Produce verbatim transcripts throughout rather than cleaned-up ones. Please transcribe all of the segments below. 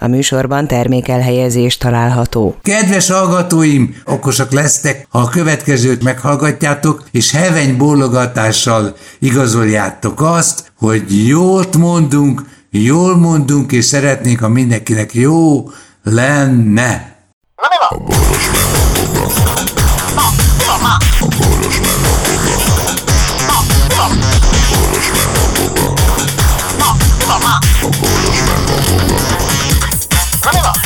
műsorban termékelhelyezés található. Kedves hallgatóim, okosak lesztek, ha a következőt meghallgatjátok, és heveny bólogatással igazoljátok azt, hogy jót mondunk, jól mondunk, és szeretnénk, ha mindenkinek jó lenne. Na mi van? A boros meg a boga. Na, mi van már? A boros meg a boga. Na, mi van? A boros meg a boga. Na, mi van már? A boros meg a boga. Na mi van?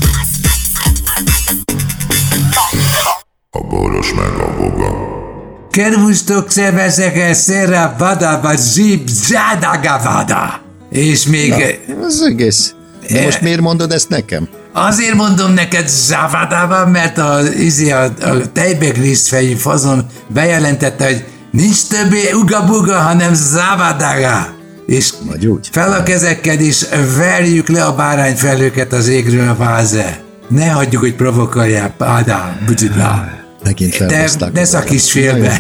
Na, mi van? A boros meg a boga. Kervusztok szervezek, szerra vadába zsib zsádagavada. És még... Na, az egész. De most miért mondod ezt nekem? Azért mondom neked zsávadában, mert a, a, a tejbeklisztfejű fazon bejelentette, hogy nincs többé ugabuga, hanem závadaga. És fel a kezekkel is verjük le a bárányfelőket az égről a váze. Ne hagyjuk, hogy provokálják. Ádám, budzidlá. Megint felhozták. Ne szakíts félbe.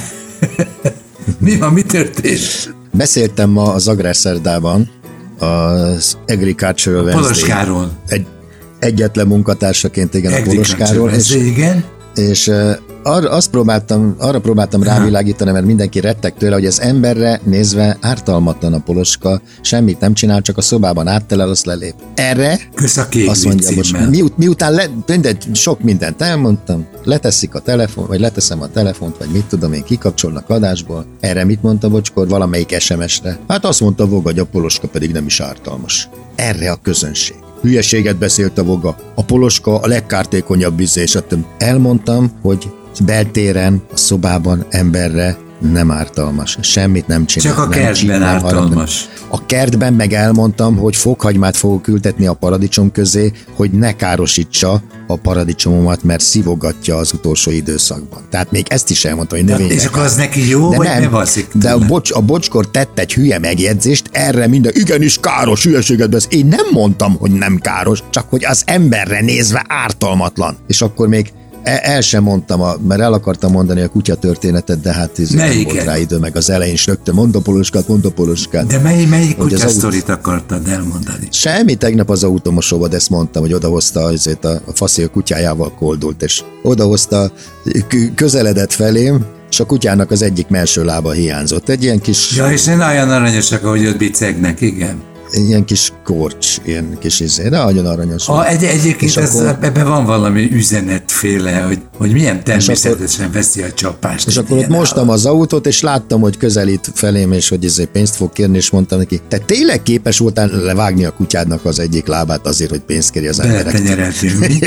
Mi van, mi történt? Beszéltem ma az Agrárszerdában az Agricultural Wednesday. Poloskáról. Egy, egyetlen munkatársaként, igen, a Poloskáról. És, igen. és uh, arra, azt próbáltam, arra próbáltam rávilágítani, mert mindenki rettek tőle, hogy az emberre nézve ártalmatlan a Poloska, semmit nem csinál, csak a szobában áttelel, azt lelép. Erre azt mondja, most miut, miután le, mindegy, sok mindent elmondtam, leteszik a telefon, vagy leteszem a telefont, vagy mit tudom én, kikapcsolnak adásból. Erre mit mondta Bocskor? Valamelyik es em es-re. Hát azt mondta Voga, hogy a Poloska pedig nem is ártalmas. Erre a közönség. Hülyeséget beszélt a Voga. A Poloska a legkártékonyabb víz, és elmondtam, hogy beltéren, a szobában emberre nem ártalmas. Semmit nem csinál. Csak a kertben csinál, ártalmas. A kertben meg elmondtam, hogy fokhagymát fogok ültetni a paradicsom közé, hogy ne károsítsa a paradicsomomat, mert szívogatja az utolsó időszakban. Tehát még ezt is elmondtam, hogy növények. És akkor az neki jó, de vagy nem, ne vaszik? De a, bocs, a Bocskor tett egy hülye megjegyzést, erre minden, igenis káros, hülyeséget beszél. Én nem mondtam, hogy nem káros, csak hogy az emberre nézve ártalmatlan. És akkor még el sem mondtam, a, mert el akartam mondani a kutya történetet, de hát ez nem volt rá idő, meg az elején is rögtön mondd a Poloskát, mondd a Poloskát. De mely, melyik kutya sztorit akartad elmondani? Semmi, tegnap az automosóban ezt mondtam, hogy odahozta azért a, a faszél kutyájával koldult, és odahozta, közeledett felém, és a kutyának az egyik melső lába hiányzott. Egy ilyen kis... Ja, és nem olyan aranyosak, ahogy ott bicegnek, igen. Ilyen kis korcs, ilyen kis izé, de nagyon aranyos. A, egy, egyébként ez, akkor, ebben van valami üzenetféle, hogy, hogy milyen természetesen akkor, veszi a csapást. És akkor ott mostam az autót, és láttam, hogy közelít felém, és hogy izé pénzt fog kérni, és mondtam neki, te tényleg képes voltál levágni a kutyádnak az egyik lábát azért, hogy pénzt kérj az emberek. Beletenyereltél, mi?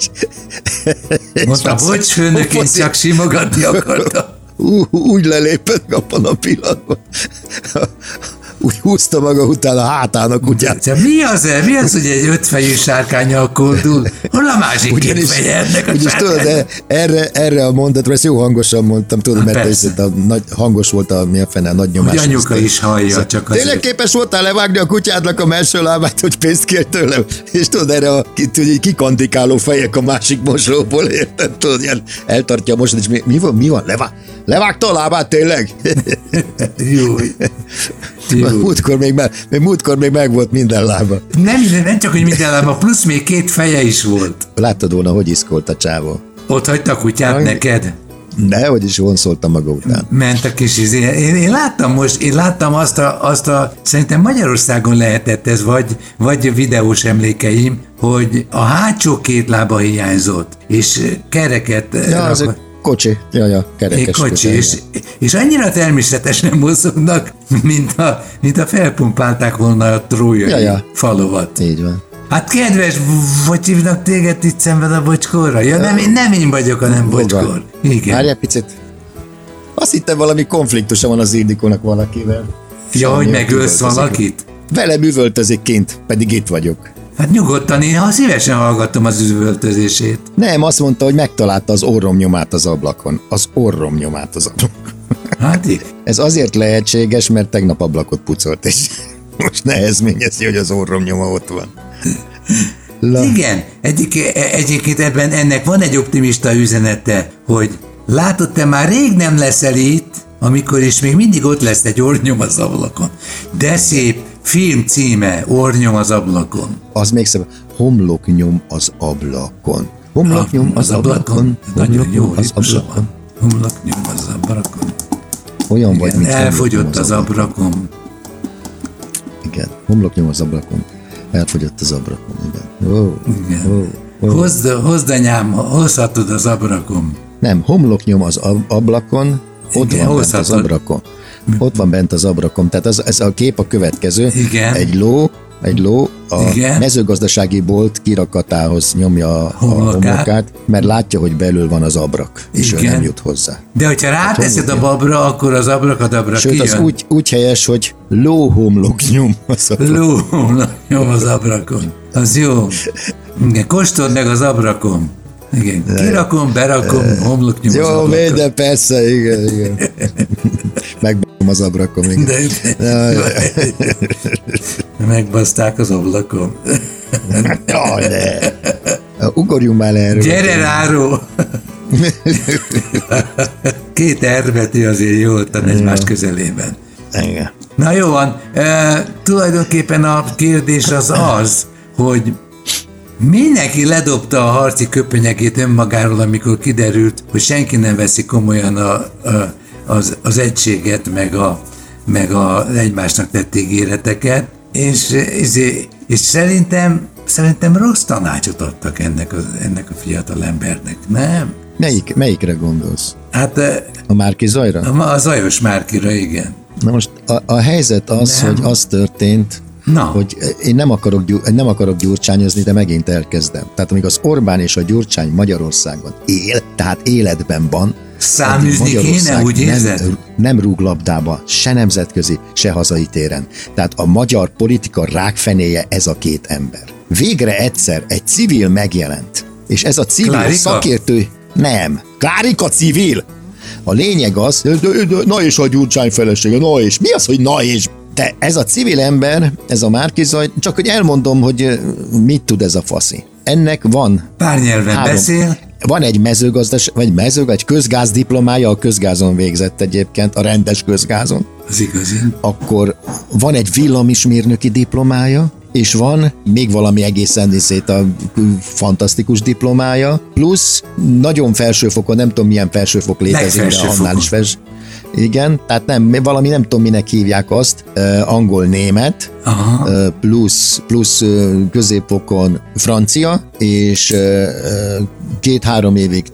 Mondta, hogy főnök, én csak simogatni akartam. Úgy lelépett abban a pillanatban. Úgy húzta maga után a hátán a kutyát. De mi az el? Mi az, hogy egy ötfejű sárkánnyal koldul? Hol a másik két feje ennek a sárkánynak? Erre, erre a mondatra, ezt jó hangosan mondtam, tudod, mert ez a nagy, hangos volt a, mi a fene, a nagy nyomás. Hogy anyuka is hallja, szóval csak azért. Tényleg képes voltál levágni a kutyádnak a melső lábát, hogy pénzt kér tőlem? És tudod, erre a kikandikáló fejek a másik mosóból, érted? Tudod, ilyen eltartja a mosót, és mi, mi van? Mi van? Levá, levágta a lábát tényleg? Jó. Múltkor még, meg, még múltkor még meg volt minden lába. Nem, nem csak, hogy minden lába, plusz még két feje is volt. Láttad volna, hogy iszkolt a csávó. Ott hagyta a kutyát Aj, neked? De, hogy is vonszolta maga után. Ment a kis izé. Én, én láttam most, én láttam azt a, azt a, szerintem Magyarországon lehetett ez, vagy, vagy videós emlékeim, hogy a hátsó két lába hiányzott, és kereket... Ja, az egy kocsi, jaj, ja, kerekes kocsi, és, és annyira természetesen mozognak, mint a, mint a felpumpálták volna a trójai ja, ja. falovat. Így van. Hát kedves, hogy hívnak téged itt szenved a Bocskorra? Ja, nem, nem én vagyok, hanem Bocskor. Igen. Várj egy picit. Azt hittem, valami konfliktusa van az Ildikónak valakivel. Ja, Semmi, hogy megölsz valakit? Velem üvöltözik kint, pedig itt vagyok. Hát nyugodtan, én ha szívesen hallgattam az üvöltözését. Nem, azt mondta, hogy megtalálta az orromnyomát az ablakon. Az orromnyomát az ablakon. Hát így. Ez azért lehetséges, mert tegnap ablakot pucolt, és most nehezményezi, hogy az orromnyoma ott van. La. Igen, egyik, egyébként ebben ennek van egy optimista üzenete, hogy látod, te már rég nem leszel itt, amikor is még mindig ott lesz egy orrnyom az ablakon. De szép, film címe, Ornyom az ablakon. Az még szebb, Homloknyom az ablakon. Homloknyom az, az ablakon. Nagyon jó az ablakon. Homloknyom az ablakon. Olyan igen, vagy, mint elfogyott az ablakon. Igen, homloknyom az ablakon. Elfogyott az ablakon, igen. Oh, igen. Oh, oh. Hozd, hozd anyám, hozhatod az ablakon. Nem, homloknyom az ablakon, ott igen, van bent az abrakon. Ott van bent az abrakon. Tehát az, ez a kép a következő. Igen. Egy ló, egy ló a igen. mezőgazdasági bolt kirakatához nyomja a homlokát, mert látja, hogy belül van az abrak, és igen. ő nem jut hozzá. De hogyha ráteszed a babra, akkor az abrakadabra sőt, kijön. Sőt, az úgy, úgy helyes, hogy ló homloknyom az abrakon. Ló homloknyom az abrakon. Az jó. Igen, kóstold meg az abrakon. Igen, kirakom, berakom, homloknyom jó, az ablakon. Jó, de persze, igen, igen. Megbaszom az abrakom, igen. De, de. Megbaszták az ablakon. Jaj, de. Ugorjunk már erről. Gyere, Ráró! Két erbetű azért jó ott egymás közelében. Igen. Na jó van, e, tulajdonképpen a kérdés az az, hogy mindenki ledobta a harci köpenyegét önmagáról, amikor kiderült, hogy senki nem veszi komolyan a, a, az, az egységet, meg a, meg a egymásnak tett ígéreteket, és, és, és szerintem, szerintem rossz tanácsot adtak ennek a, ennek a fiatal embernek, nem? Melyik, melyikre gondolsz? Hát, a Márki Zajra? A, a Zajos Márkira, igen. Na most a, a helyzet az, nem. hogy az történt, Na. hogy én nem akarok, nem akarok gyurcsányozni, de megint elkezdem. Tehát amíg az Orbán és a Gyurcsány Magyarországon él, tehát életben van, száműzni kéne, úgy érzed? Nem, nem rúg labdába, se nemzetközi, se hazai téren. Tehát a magyar politika rákfenéje ez a két ember. Végre egyszer egy civil megjelent, és ez a civil Klárika? szakértő... Nem, Klárika civil! A lényeg az, de, de, de, na és a Gyurcsány felesége, na és mi az, hogy na és... De ez a civil ember, ez a Márki Zaj, csak hogy elmondom, hogy mit tud ez a faszi. Ennek van... Pár nyelven három, beszél. Van egy mezőgazdas, vagy mezőg, egy közgázdiplomája, a közgázon végzett egyébként, a rendes közgázon. Az igazi. Akkor van egy villamismérnöki diplomája, és van még valami egészen szét a fantasztikus diplomája, plusz nagyon felsőfokon, nem tudom milyen felsőfok létezik, de annál is fels. Igen, tehát nem, valami nem tudom minek hívják azt, uh, angol-német, uh, plusz, plusz uh, középfokon francia, és uh, két-három évig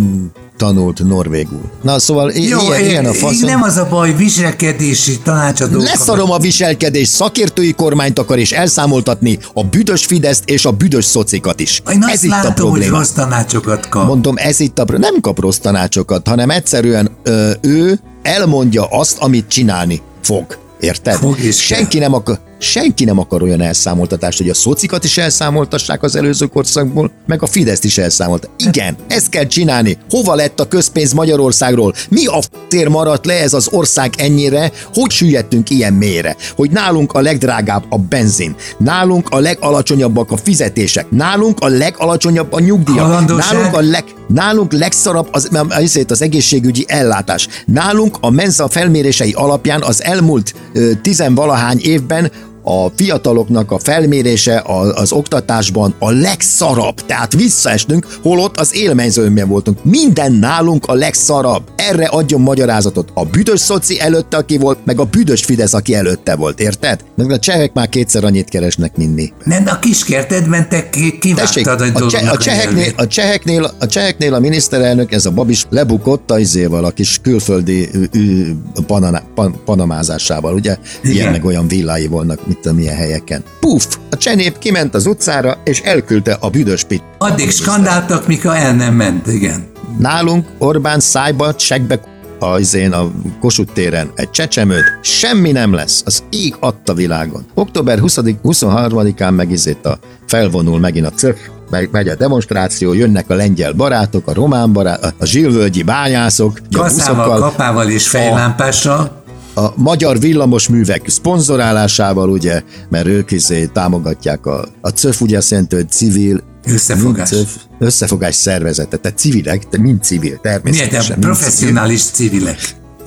tanult norvégul. Na szóval jó, ilyen, ilyen a faszon. Nem az a baj, viselkedési tanácsadók. Leszarom a viselkedés, szakértői kormányt akar és elszámoltatni a büdös Fideszt és a büdös szocikat is. Én ez azt itt látom, a probléma. Hogy rossz tanácsokat kap. Mondom, ez itt a nem kap rossz tanácsokat, hanem egyszerűen ö, ő elmondja azt, amit csinálni fog. Érted? Senki nem, akar, senki nem akar olyan elszámoltatást, hogy a szocikat is elszámoltassák az előző korszakból, meg a Fideszt is elszámolt. Igen, ezt kell csinálni. Hova lett a közpénz Magyarországról? Mi a f***tér maradt le ez az ország ennyire? Hogy süllyedtünk ilyen mélyre? Hogy nálunk a legdrágább a benzin, nálunk a legalacsonyabbak a fizetések, nálunk a legalacsonyabb a nyugdíjak, nálunk a leg... Nálunk legszarabb az, az, az egészségügyi ellátás. Nálunk a Mensa felmérései alapján az elmúlt ö, tizenvalahány évben a fiataloknak a felmérése az, az oktatásban a legszarabb, tehát visszaestünk, holott az élmezőnyben voltunk. Minden nálunk a legszarabb. Erre adjon magyarázatot a büdös szoci előtte, aki volt, meg a büdös Fidesz, aki előtte volt, érted? Meg a csehek már kétszer annyit keresnek, mint mi. Nem, a kiskertedben te kivágtad a dolognak a, cseheknél, a, cseheknél, a cseheknél a miniszterelnök, ez a babis lebukott a izéval, a kis külföldi ü, ü, pananá, pan, panamázásával, ugye? Igen. Ilyen meg olyan villái volnak, mit tudom, milyen helyeken. Puf! A csenép kiment az utcára, és elküldte a büdös pit. Addig skandáltak, míg el nem ment, igen. Nálunk Orbán szájba, segbe azén a Kossuth téren egy csecsemőd, semmi nem lesz, az ég adta világon. október huszonharmadikán meg izét a felvonul megint a cöf, megy a demonstráció, jönnek a lengyel barátok, a román barátok, a zsilvölgyi bányászok, Kaszával, a kapával és fejlámpással. A magyar villamosművek szponzorálásával, ugye, mert ők izé támogatják a, a cöf, ugye azt jelenti, hogy civil összefogás. Cöf, összefogás szervezete, tehát civilek, de mind civil, természetesen. Milyen, professzionális civilek.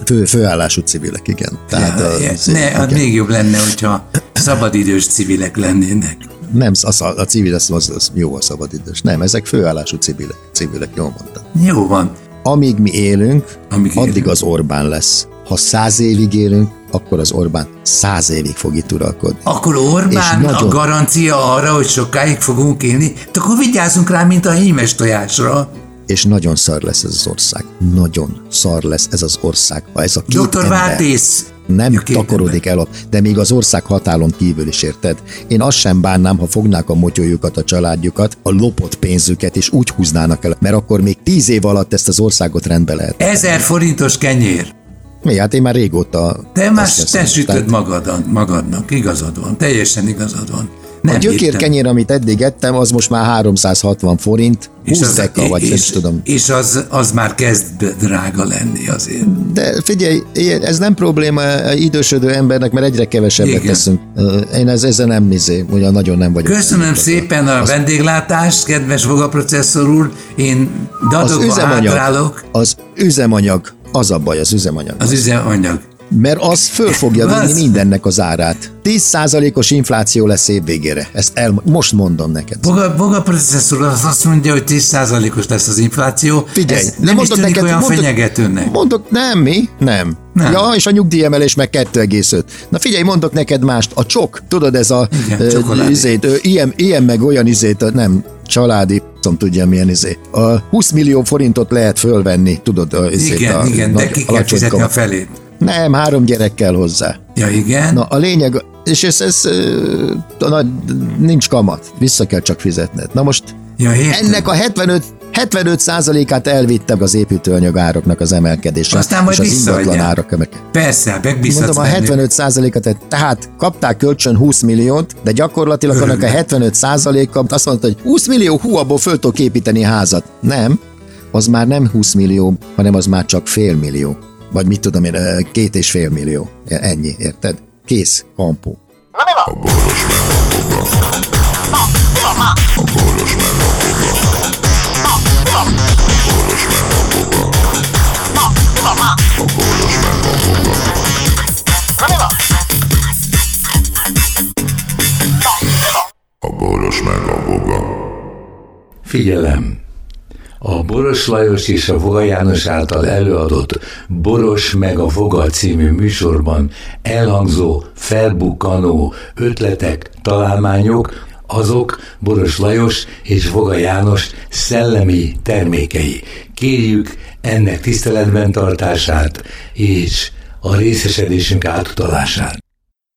Fő, főállású civilek, igen. Tehát ja, a, ja, az, ne, az még jobb lenne, hogyha szabadidős civilek lennének. Nem, az, a, a civil az, az, az jó a szabadidős. Nem, ezek főállású civilek. Civilek, jól mondtad. Jó van. Amíg mi élünk, Amíg addig élünk. az Orbán lesz. Ha száz évig élünk, akkor az Orbán száz évig fog itt uralkodni. Akkor Orbán És nagyon- a garancia arra, hogy sokáig fogunk élni, de akkor vigyázzunk rá, mint a hímes tojásra. És nagyon szar lesz ez az ország. Nagyon szar lesz ez az ország. Ha ez a két doktor ember Váltész. nem Ja, két takorodik el, de még az ország hatálon kívül is, érted? Én azt sem bánnám, ha fognák a motyójukat, a családjukat, a lopott pénzüket, és úgy húznának el, mert akkor még tíz év alatt ezt az országot rendbe lehet. Ezer forintos kenyér. Mi? Hát én már régóta... Te már azt te teszem. sütöd Tehát magadan, magadnak, igazad van, teljesen igazad van. A Nem gyökér hittem. kenyér, amit eddig ettem, az most már háromszázhatvan forint, húsz deka, vagy nem és, tudom. és az, az már kezd drága lenni azért. De figyelj, ez nem probléma idősödő embernek, mert egyre kevesebbet Igen. teszünk. Én ez, ezzel nem nézé, ugyan nagyon nem vagyok. Köszönöm szépen a vendéglátást, kedves Voga-processzor úr, én Az dadogva üzemanyag, hátrálok. az üzemanyag, az a baj, az üzemanyag. Az üzemanyag. Mert az föl fogja Az- vinni mindennek az árát. tíz százalékos infláció lesz év végére. Ezt el, most mondom neked. Voga, Voga processzor az azt mondja, hogy tíz százalékos lesz az infláció. Figyelj, Ez de nem is mondok tűnik neked, olyan mondok, fenyegetőnek. Mondok, nem, mi? Nem. Nem. Ja, és a nyugdíjemelés meg kettő egész öt. Na figyelj, mondok neked mást. A csok, tudod, ez a Igen, ö, csokoládé. izét, ö, ilyen, ilyen meg olyan izét, ö, nem, családi, tudom tudja milyen izé. A húsz millió forintot lehet fölvenni, tudod, a, izét, Igen, a, igen, de nagy- ki kell alacsony fizetni a kamat. felét. Nem, három gyerek kell hozzá. Ja, igen. Na a lényeg, és ez, ez ö, na, nincs kamat, vissza kell csak fizetned. Na most Ja, értem. ennek a hetvenöt, hetvenöt százalékát elvittem az építőanyag áraknak az emelkedésre. Aztán majd és az ingatlan visszaadják. árak emelkedésre. Persze, megbízhatsz Mondom, a bennük. hetvenöt százalékat, tehát kapták kölcsön húsz milliót, de gyakorlatilag annak a hetvenöt százaléka azt mondta, hogy húsz millió, hú, abból föl tudok építeni házat. Nem, az már nem húsz millió, hanem az már csak fél millió. Vagy mit tudom én, ö, két és fél millió. Ennyi, érted? Kész, kampó. A boros meg a boga. A boros meg a boga. A boros meg a boga. A boros meg a boga. A boros meg a boga. Figyelem! A Boros Lajos és a Voga János által előadott Boros meg a Voga című műsorban elhangzó, felbukkanó ötletek, találmányok, azok Boros Lajos és Voga János szellemi termékei. Kérjük ennek tiszteletben tartását és a részesedésünk átutalását.